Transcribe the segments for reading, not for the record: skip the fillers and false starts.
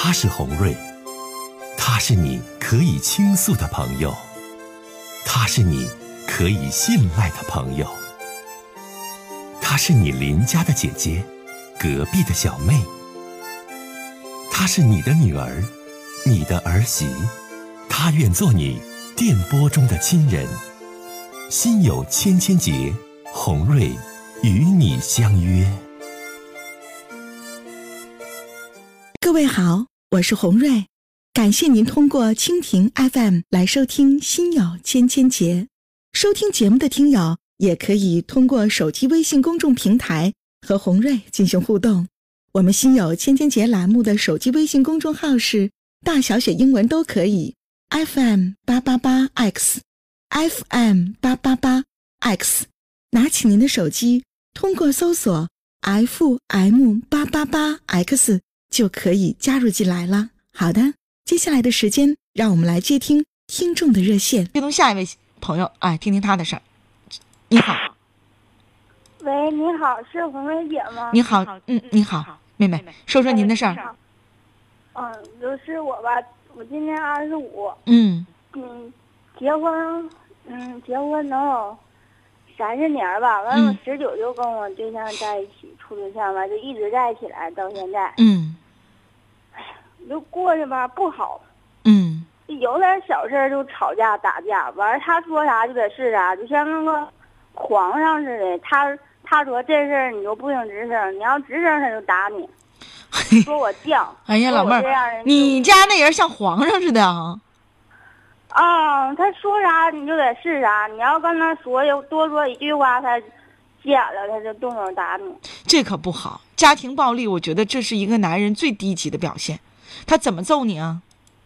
他是洪瑞，他是你可以倾诉的朋友，他是你可以信赖的朋友，她是你邻家的姐姐，隔壁的小妹，她是你的女儿，你的儿媳，她愿做你电波中的亲人。心有千千结，洪瑞与你相约。 各位好，我是洪瑞，感谢您通过蜻蜓 FM 来收听心有千千结。收听节目的听友也可以通过手机微信公众平台和洪瑞进行互动。我们心有千千结栏目的手机微信公众号是大小写英文都可以 FM888X FM888X， 拿起您的手机，通过搜索 FM888X 就可以加入进来了。好的，接下来的时间让我们来接听听众的热线。 接通下一位朋友，听听他的事儿。你好。 喂，你好，是洪瑞姐吗？ 你好，你好，妹妹，说说您的事儿。 就是我吧，我今年25。结婚能有30年吧。完了，我19就跟我对象在一起处对象吧，就一直在一起来到现在。就过去吧不好。有点小事就吵架打架，完了他说啥就得是啥，就像那个皇上似的。他说这事儿你就不行吱声，你要吱声他就打你，说我犟。 哎呀，老妹儿，你家那人像皇上似的啊！ 他说啥你就得是啥，你要跟他说多说一句话，他急眼了他就动手打你。 这可不好，家庭暴力，我觉得这是一个男人最低级的表现。他怎么揍你啊？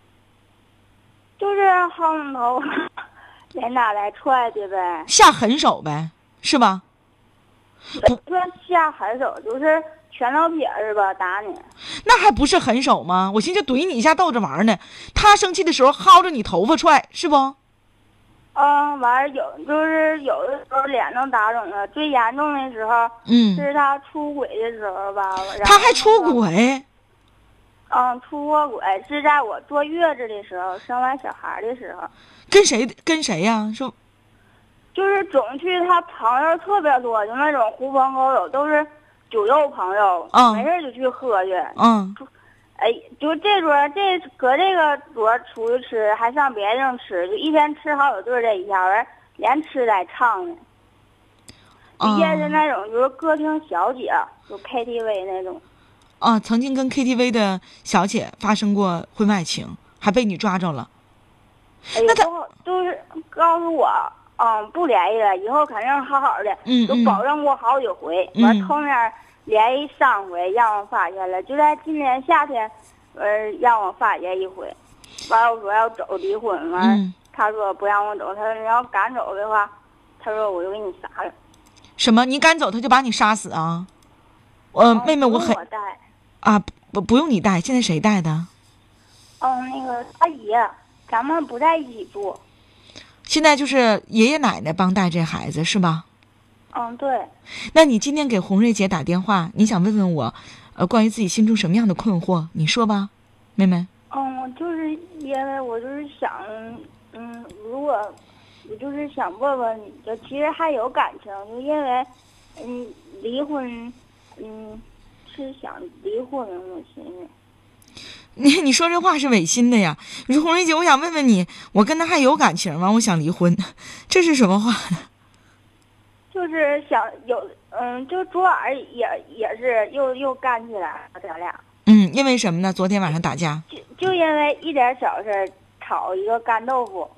就是薅你头，连打带踹的呗， 下狠手呗，是吧？ 不算下狠手，就是拳头撇子吧打你。 那还不是狠手吗？我寻思就怼你一下逗着玩呢。他生气的时候薅着你头发踹，是不？ 完了就是有的时候脸都打肿了，最严重的时候，是他出轨的时候吧。 他还出轨？ 出过轨，是在我坐月子的时候，生完小孩的时候。 跟谁呀？说， 就是总去他朋友特别多，就那种狐朋狗友，都是酒肉朋友，没事就去喝去。就这桌搁这个桌出去吃，还上别人吃，就一天吃好几顿这一下，完连吃带唱的。也是那种就是歌厅小姐，就 KTV 那种。 曾经跟 KTV 的小姐发生过婚外情，还被你抓着了。 那他都是告诉我，不联系了，以后肯定好好的，都保证过好几回。完后面联系3回，让我发现了，就在今年夏天，让我发现一回。完了我说要走离婚，完他说不让我走，他说你要赶走的话，他说我就给你杀了。 什么？你赶走他就把你杀死啊？妹妹，我带。 不用你带，现在谁带的？ 那个阿姨，咱们不在一起住。 现在就是爷爷奶奶帮带这孩子是吧？ 对。 那你今天给洪瑞姐打电话，你想问问我，关于自己心中什么样的困惑？你说吧，妹妹。 就是因为我就是想，如果我就是想问问你，就其实还有感情，就因为，离婚，是想离婚，我寻思。 你说这话是违心的呀！你说洪瑞姐，我想问问你，我跟他还有感情吗？我想离婚，这是什么话呢？ 就是想有，就昨晚也是又干起来了，咱俩。 因为什么呢？昨天晚上打架。 就因为一点小事炒一个干豆腐。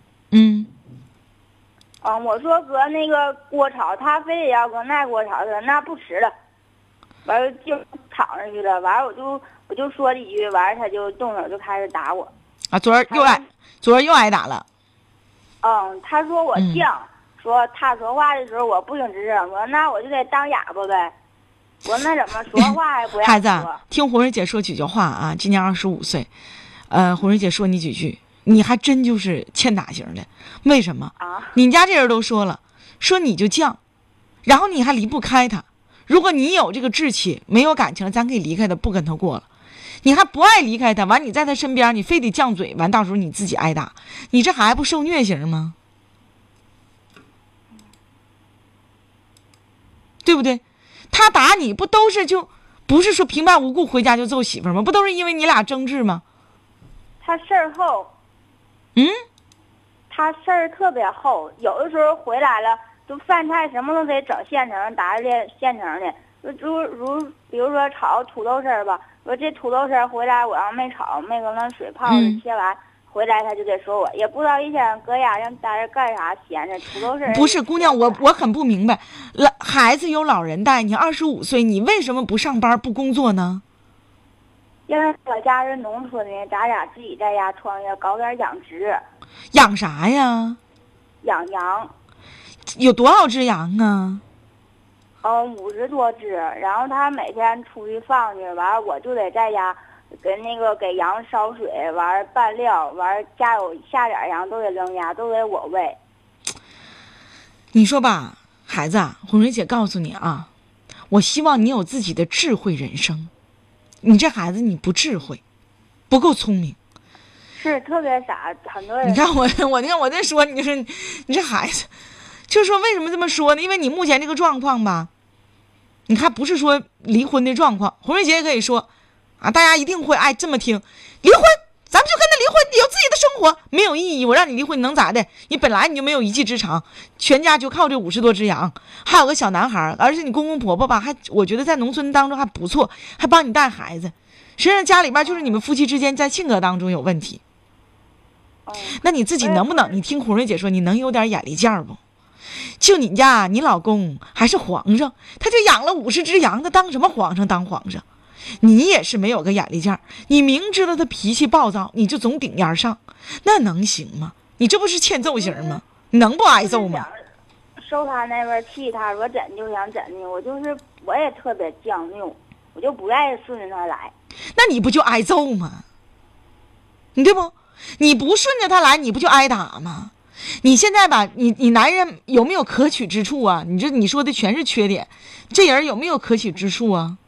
我说搁那个锅炒，他非得要搁那锅炒，他那不吃了。完了就吵上去了，完了我就说几句，完了他就动手就开始打我。 昨儿又挨打了。 他说我犟，说他说话的时候我不听吱声，我说那我就得当哑巴呗。我那怎么说话还不让说？ 孩子，听洪瑞姐说几句话啊！今年25岁，洪瑞姐说你几句，你还真就是欠打型的。为什么？你家这人都说了，说你就犟，然后你还离不开他。如果你有这个志气，没有感情了，咱可以离开他，不跟他过了。 你还不爱离开他，完你在他身边，你非得犟嘴，完到时候你自己挨打，你这孩子不受虐型吗？对不对？他打你不都是就不是说平白无故回家就揍媳妇吗？不都是因为你俩争执吗？ 他事儿厚。他事儿特别厚，有的时候回来了，就饭菜什么都得整现成，打的现成的。比如说炒土豆丝儿吧，说这土豆丝儿回来我要没炒，没搁那水泡子切完，回来他就得说我，也不知道一天搁家让待着干啥闲着。土豆丝儿不是姑娘，我很不明白，孩子有老人带，你25岁，你为什么不上班不工作呢？ 因为我家是农村的，咱俩自己在家创业，搞点养殖。 养啥呀？ 养羊。 有多少只羊啊 ？50多只。然后他每天出去放去，完了我就得在家给羊烧水，完了拌料，完了家有下点羊都得扔家，都得我喂。 你说吧，孩子啊，红蕊姐告诉你啊，我希望你有自己的智慧人生。你这孩子你不智慧，不够聪明。 是特别傻，很多人。 你看我在说，你说你这孩子，就是说为什么这么说呢？因为你目前这个状况吧，你看不是说离婚的状况。红蕊姐也可以说啊，大家一定会爱这么听，离婚，咱们就跟他离婚，有自己的生活没有意义。我让你离婚，你能咋的？你本来你就没有一技之长，全家就靠这50多只羊，还有个小男孩，而且你公公婆婆吧，我觉得在农村当中还不错，还帮你带孩子。实际上家里边就是你们夫妻之间在性格当中有问题。那你自己能不能，你听红蕊姐说，你能有点眼力劲儿不？就你家你老公还是皇上，他就养了50只羊，他当什么皇上当皇上？你也是没有个眼力劲儿，你明知道他脾气暴躁，你就总顶烟上，那能行吗？你这不是欠揍型吗？你能不挨揍吗？ 受他那边气，他说怎就想怎的，我也特别犟拗，我就不愿意顺着他来。 那你不就挨揍吗？你对不？你不顺着他来，你不就挨打吗？你现在吧，你男人有没有可取之处啊？你说的全是缺点，这人有没有可取之处啊？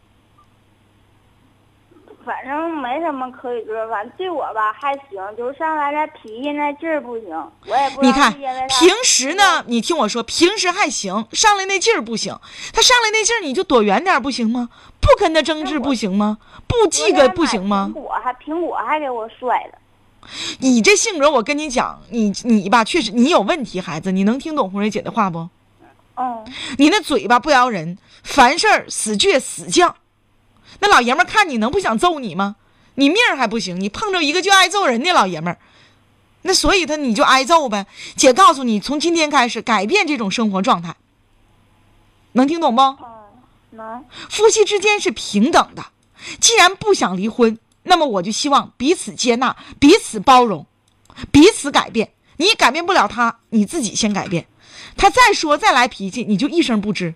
反正没什么可以说，反正对我吧还行，就是上来那脾气那劲儿不行，我也不知道。 你看平时呢，你听我说，平时还行，上来那劲儿不行。他上来那劲儿，你就躲远点不行吗？不跟他争执不行吗？不记个不行吗？ 苹果还给我摔了。 你这性格，我跟你讲，你吧，确实你有问题，孩子，你能听懂红蕊姐的话不？你那嘴巴不饶人，凡事死倔死犟。那老爷们看你能不想揍你吗？你命还不行，你碰着一个就爱揍人的老爷们儿，那所以你就挨揍呗。姐告诉你，从今天开始改变这种生活状态，能听懂不？ 能。 夫妻之间是平等的，既然不想离婚，那么我就希望彼此接纳，彼此包容，彼此改变。你改变不了他，你自己先改变。他再说再来脾气，你就一声不吱。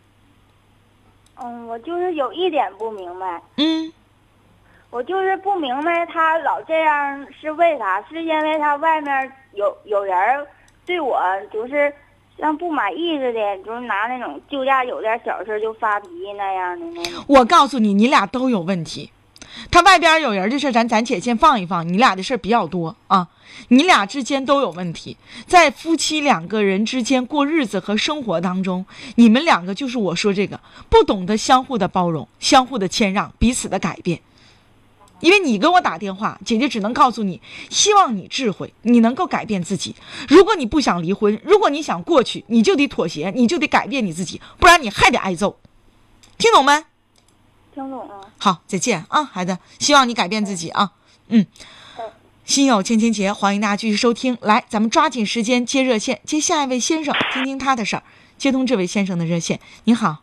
我就是有一点不明白。我就是不明白他老这样是为啥？是因为他外面有人对我就是像不满意似的，就是拿那种就家有点小事就发脾气那样的那种。 我告诉你，你俩都有问题。他外边有人的事，咱且先放一放。你俩的事比较多啊，你俩之间都有问题。在夫妻两个人之间过日子和生活当中，你们两个就是我说这个不懂得相互的包容，相互的谦让，彼此的改变。因为你跟我打电话，姐姐只能告诉你，希望你智慧，你能够改变自己。如果你不想离婚，如果你想过去，你就得妥协，你就得改变你自己，不然你还得挨揍。听懂没？ 听懂了。 好，再见啊，孩子，希望你改变自己啊。心有千千结，欢迎大家继续收听。来，咱们抓紧时间接热线，接下一位先生，听听他的事儿。接通这位先生的热线。你好，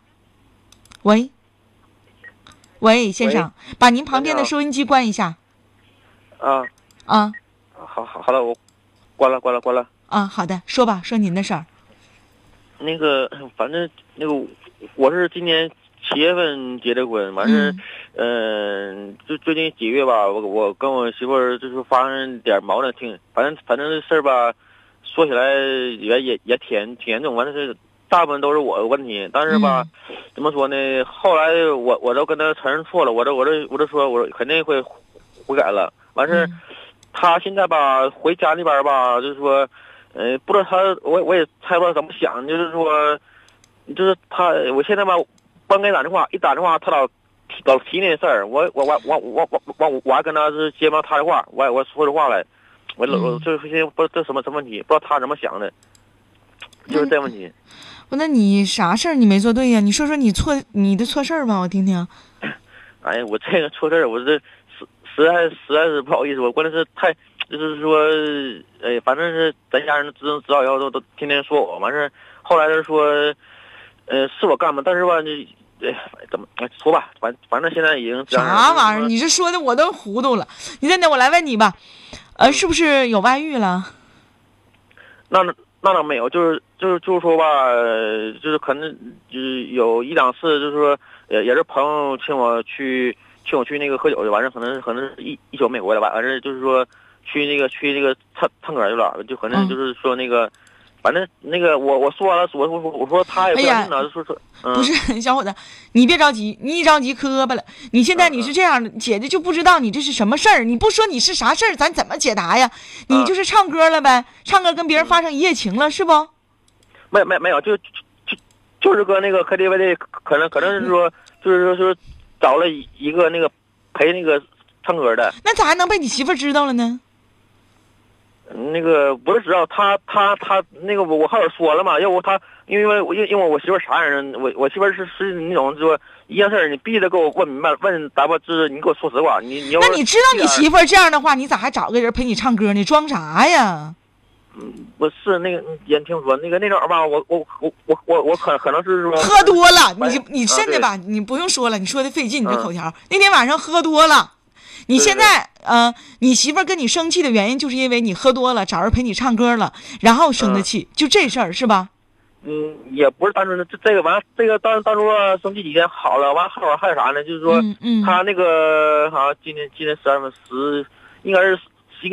喂，先生，把您旁边的收音机关一下。 好了，我关了。 好的，说吧，说您的事儿。 那个，反正那个，我是今年7月份结的婚，完事，就最近几月吧，我跟我媳妇儿就是发生点矛盾，反正这事儿吧，说起来也挺严重，完了是大部分都是我的问题，但是吧，怎么说呢？后来我都跟他承认错了，我都说我肯定会悔改了。完事，他现在吧回家那边吧，就是说，不知道他我也猜不到怎么想，就是说，就是他我现在吧，帮给打电话，一打电话他老提那事儿，我还跟他是接不上他的话，我说的话来，我这些不知道这什么问题，不知道他怎么想的，就是这问题。 那你啥事儿你没做对呀？你说说你的错事儿吧，我听听。 哎，我这个错事儿，我这实在是不好意思，我关键是太就是说，反正是咱家人知道以后都天天说我，完事后来他说，是我干嘛？但是吧，怎么说吧，反正现在已经啥玩意儿？你这说的我都糊涂了。你真的，我来问你吧，是不是有外遇了？ 那倒没有，就是说吧，就是可能就是有一两次，就是说也是朋友请我去那个喝酒去，完事可能是一宿没回来吧，完事就是说去那个唱歌去了，就可能就是说那个。反正那个我说完了，我说他也不相信呢，说不是小伙子，你别着急，你一着急磕巴了。你现在你是这样的，姐姐就不知道你这是什么事儿，你不说你是啥事儿，咱怎么解答呀？你就是唱歌了呗，唱歌跟别人发生一夜情了是不？ 没有，就是搁那个 KTV 的，可能是说就是说找了一个那个陪那个唱歌的。 那咋还能被你媳妇知道了呢？ 那个不是知道他那个我后边说了嘛，要不他因为我媳妇啥人，我媳妇是那种说一件事你必须得给我问明白，问答不就是你给我说实话，你要那你知道你媳妇这样的话，你咋还找个人陪你唱歌呢？装啥呀？ 不是那个也听说那种吧，我可能是说喝多了，你真的吧，你不用说了，你说的费劲，你这口条，那天晚上喝多了。你现在你媳妇跟你生气的原因就是因为你喝多了，找人陪你唱歌了，然后生的气，就这事儿是吧？ 也不是单纯的这个完，这个当初生气几天好了，完后边还有啥呢？就是说，他那个好像今年12月10，应该是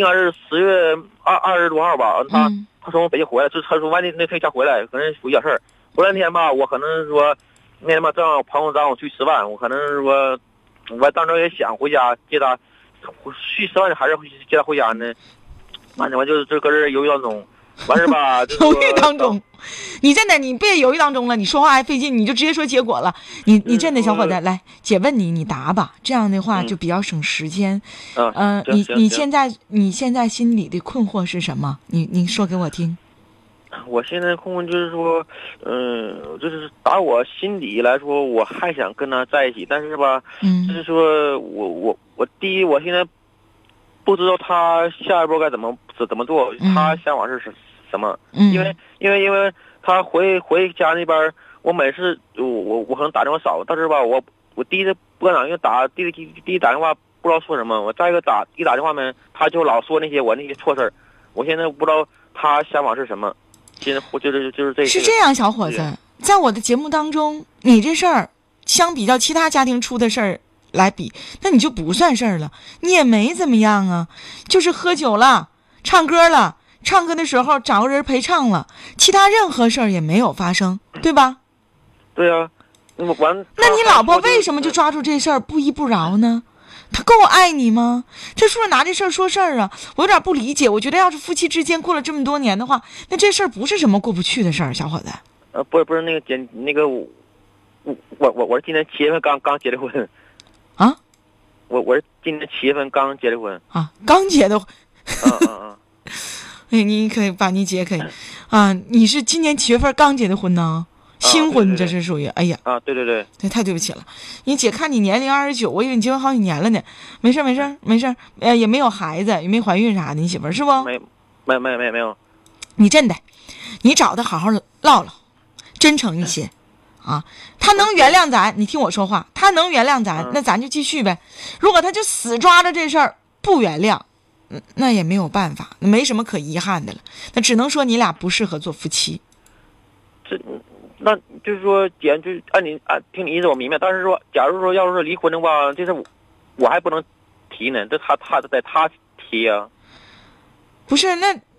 10月20多号吧。他从北京回来，就是他从外地那天家回来，可能有点事儿。回来那天吧，我可能是说那天吧，正好朋友让我去吃饭，我可能是说。我当时也想回家接他，去吃饭还是接他回家呢？完了，我就搁这犹豫当中，完事吧。 犹豫当中，你真的你别犹豫当中了，你说话还费劲，你就直接说结果了。你真的小伙子，来，姐问你答吧，这样的话就比较省时间。你现在心里的困惑是什么？你说给我听。 我现在困惑就是说，就是打我心底来说，我还想跟他在一起，但是吧，就是说我第一，我现在不知道他下一步该怎么做，他想法是什么？因为他回家那边，我每次我可能打电话少，但是吧，我第一次不敢打，因为第一打电话不知道说什么，我再一个打电话呢，他就老说那些错事儿，我现在不知道他想法是什么。就是这是这样，小伙子，在我的节目当中，你这事儿相比较其他家庭出的事儿来比，那你就不算事儿了，你也没怎么样啊，就是喝酒了，唱歌了，唱歌的时候找个人陪唱了，其他任何事儿也没有发生，对吧？ 对啊，那你老婆为什么就抓住这事儿不依不饶呢？他够爱你吗？这是不是拿这事儿说事儿啊？我有点不理解。我觉得要是夫妻之间过了这么多年的话，那这事儿不是什么过不去的事儿，小伙子。 不是那个我是今年7月份刚结的婚。 啊？ 我是今年7月份刚结的婚。 啊，刚结的婚。你可以把你姐可以啊？你是今年7月份刚结的婚呢？新婚这是属于，哎呀啊，对， 太对不起了。你姐看你年龄29，我以为你结婚好几年了呢。没事，也没有孩子，也没怀孕啥的，你媳妇是不？ 没有。 你真的，你找他好好唠唠，真诚一些啊。他能原谅咱，你听我说话，他能原谅咱，那咱就继续呗。如果他就死抓着这事儿不原谅，那也没有办法，没什么可遗憾的了。那只能说你俩不适合做夫妻。 那就是说，既然就听你意思我明白，但是说，假如说要是离婚的话，这事我还不能提呢，这他得他提啊。 不是，那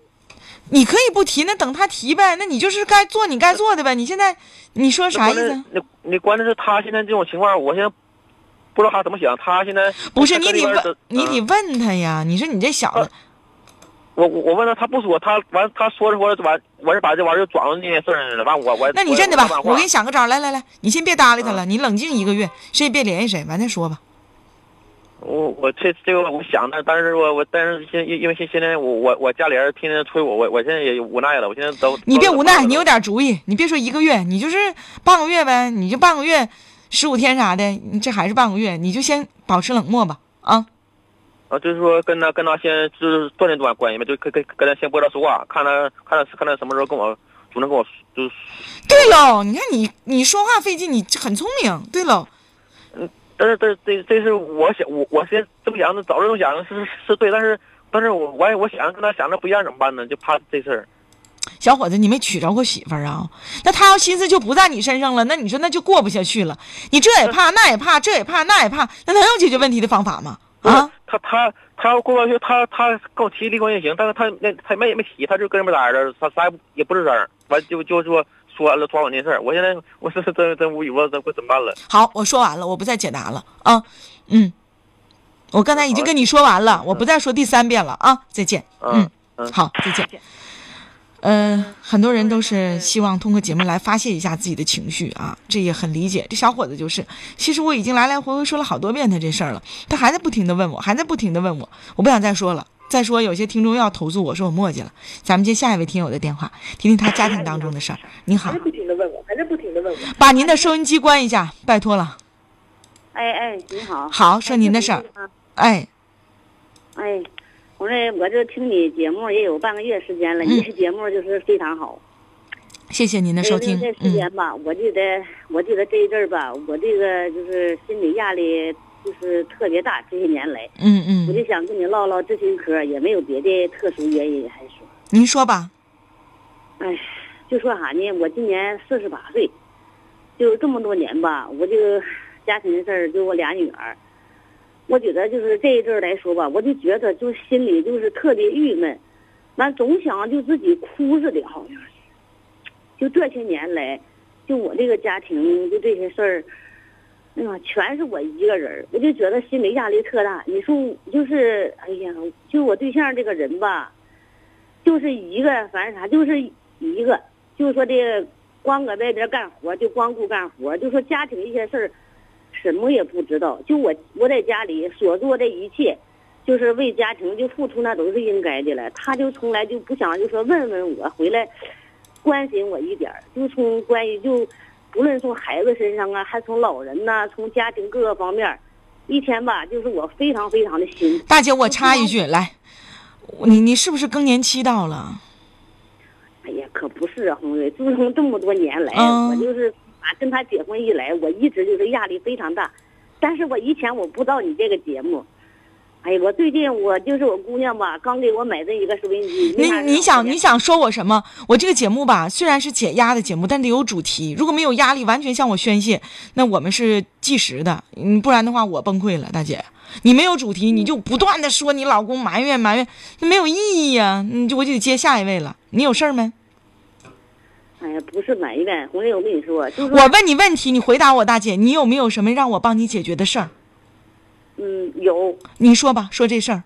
你可以不提，那等他提呗。那你就是该做你该做的呗。你现在你说啥意思？ 你关键是他现在这种情况，我现在不知道他怎么想。他现在不是你得问他呀。你说你这小子， 我问他不说，他说着完是把这玩意儿转到那件事儿了。完我那你真的吧？我给你想个招，来，你先别搭理他了，你冷静1个月，谁也别联系谁，完再说吧。 我这个我想的，但是因为现在我家里人天天催我现在也无奈了，我现在都你别无奈，你有点主意，你别说1个月，你就是半个月呗，你就半个月15天啥的，你这还是半个月，你就先保持冷漠吧啊。 就是说跟他先就是断这段关系吧，就跟他先不要说话，看他什么时候主动跟我就是。 对喽，你看你说话费劲，你很聪明。对喽。 但是这是我先这么想的，早这么想的是对，但是我想跟他想的不一样怎么办呢？就怕这事儿。 小伙子，你没娶着过媳妇儿啊？那他要心思就不在你身上了，那你说那就过不下去了。你这也怕那也怕，这也怕那也怕，那能有解决问题的方法吗？啊？ 他要过不下去，他跟我提离婚也行，但是他没提，他就跟那边待着，他啥也不吱声，完就说完了抓我那事儿，我现在我是真无语，我怎么办了？ 好，我说完了，我不再解答了啊。我刚才已经跟你说完了，我不再说第3遍了啊。再见。好，再见。很多人都是希望通过节目来发泄一下自己的情绪啊，这也很理解。这小伙子就是，其实我已经来来回回说了好多遍他这事儿了，他还在不停的问我，我不想再说了。再说有些听众要投诉我说我磨叽了，咱们接下一位听友的电话，听听他家庭当中的事儿。你好，还是不停的问我，把您的收音机关一下，拜托了。 哎，你好。 好，说您的事儿。哎， 我这听你节目也有半个月时间了，你这节目就是非常好。 谢谢您的收听。 这时间吧，我觉得这一阵儿吧，我这个就是心理压力就是特别大，这些年来。我就想跟你唠唠咨询科，也没有别的特殊原因，还是说。 您说吧。 就说啥呢？我今年48岁，就这么多年吧，我这个家庭的事儿，就我俩女儿。我觉得就是这一阵儿来说吧，我就觉得就心里就是特别郁闷，完总想就自己哭似的，好像是。就这些年来，就我这个家庭就这些事儿，全是我一个人，我就觉得心理压力特大。你说就是哎呀，就我对象这个人吧，就是一个反正啥就是一个，就是说这光搁外边干活，就光顾干活，就说家庭一些事儿。什么也不知道，就我在家里所做的一切，就是为家庭就付出，那都是应该的了。他就从来就不想就说问问我回来，关心我一点，就从关于就不论从孩子身上啊，还从老人呐，从家庭各个方面，一天吧，就是我非常非常的辛苦。 大姐，我插一句来，你是不是更年期到了？ 哎呀，可不是啊，红瑞，自从这么多年来，我就是。跟他结婚以来，我一直就是压力非常大，但是我以前我不知道你这个节目，我最近我就是我姑娘吧，刚给我买这一个收音机。 你想说我什么？我这个节目吧，虽然是解压的节目，但得有主题。如果没有压力，完全向我宣泄，那我们是计时的，不然的话我崩溃了，大姐。你没有主题，你就不断的说你老公埋怨，那没有意义呀。我就得接下一位了。你有事儿没？ 不是埋怨，红瑞，我跟你说，就是我问你问题，你回答我，大姐，你有没有什么让我帮你解决的事儿？ 有。 你说吧，说这事儿。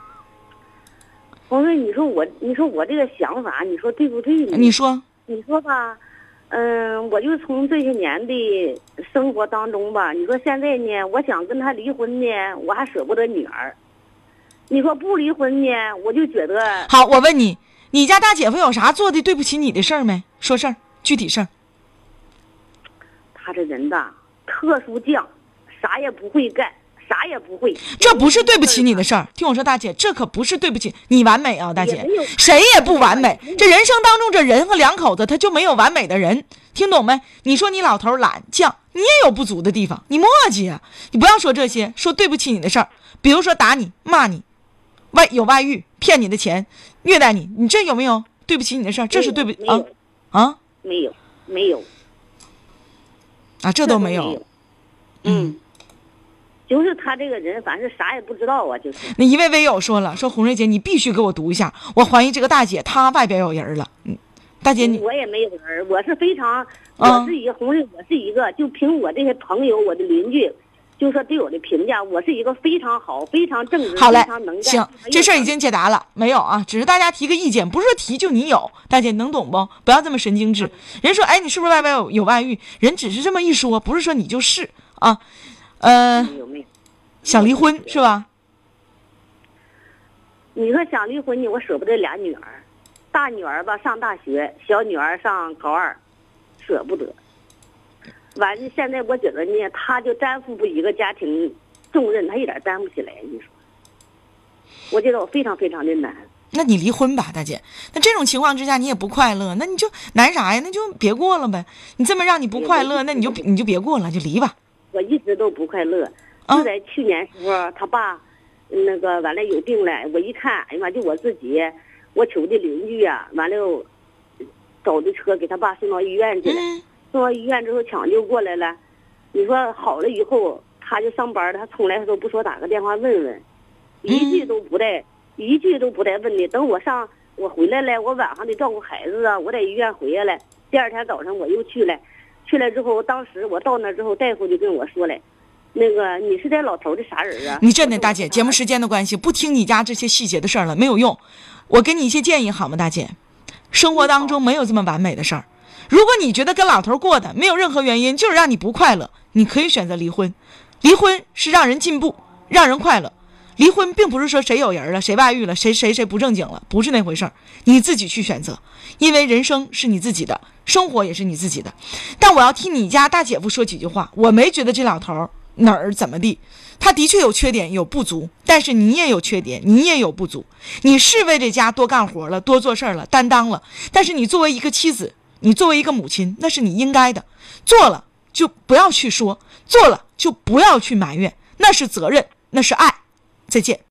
红瑞，你说我这个想法，你说对不对呢？ 你说吧，我就从这些年的生活当中吧，你说现在呢，我想跟他离婚呢，我还舍不得女儿。你说不离婚呢，我就觉得。 好，我问你。你家大姐夫有啥做的对不起你的事儿没？说事儿，具体事儿。 他这人吧，特殊犟，啥也不会干，啥也不会。 这不是对不起你的事儿，听我说，大姐，这可不是对不起你完美啊，大姐，谁也不完美。这人生当中，这人和两口子他就没有完美的人，听懂没？你说你老头懒犟，你也有不足的地方，你磨叽啊，你不要说这些，说对不起你的事儿，比如说打你、骂你。有外遇，骗你的钱，虐待你，你这有没有对不起你的事儿？这是对不起啊？ 没有啊，这都没有。 就是他这个人，反正啥也不知道啊，就是。 那一位微友说了，说红瑞姐，你必须给我读一下，我怀疑这个大姐她外边有人了。大姐你， 我也没有人，我是非常，我是一个红瑞，我是一个，就凭我这些朋友，我的邻居，就说对我的评价，我是一个非常好、非常正直、 好嘞， 非常能干。 行，这事儿已经解答了，没有啊？只是大家提个意见，不是说提就你有，大姐能懂不？不要这么神经质。人说，哎，你是不是外边有外遇？人只是这么一说，不是说你就是啊。想离婚是吧？ 你说想离婚呢，我舍不得俩女儿，大女儿吧上大学，小女儿上高2，舍不得。完了，现在我觉得呢，他就担负不一个家庭重任，他一点担不起来。你说，我觉得我非常非常的难。 那你离婚吧，大姐。那这种情况之下，你也不快乐，那你就难啥呀？那就别过了呗。你这么让你不快乐，那你就别过了，就离吧。 我一直都不快乐，就在去年时候，他爸那个完了有病了，我一看，哎呀妈，就我自己，我求的邻居啊，完了找的车给他爸送到医院去了。送到医院之后抢救过来了，你说好了以后他就上班了，他从来都不说打个电话问问，一句都不带问的。等我回来了，我晚上得照顾孩子啊，我在医院回来了，第二天早上我又去了之后，当时我到那之后，大夫就跟我说了，那个你是这老头的啥人啊？ 你真的大姐，节目时间的关系，不听你家这些细节的事儿了，没有用。我给你一些建议好吗，大姐？生活当中没有这么完美的事儿。如果你觉得跟老头过的没有任何原因，就是让你不快乐，你可以选择离婚。离婚是让人进步，让人快乐。离婚并不是说谁有人了，谁外遇了，谁不正经了，不是那回事儿。你自己去选择，因为人生是你自己的，生活也是你自己的。但我要替你家大姐夫说几句话，我没觉得这老头哪儿怎么地，他的确有缺点有不足，但是你也有缺点，你也有不足。你是为这家多干活了，多做事了，担当了，但是你作为一个妻子，你作为一个母亲，那是你应该的。做了就不要去说，做了就不要去埋怨，那是责任，那是爱。再见。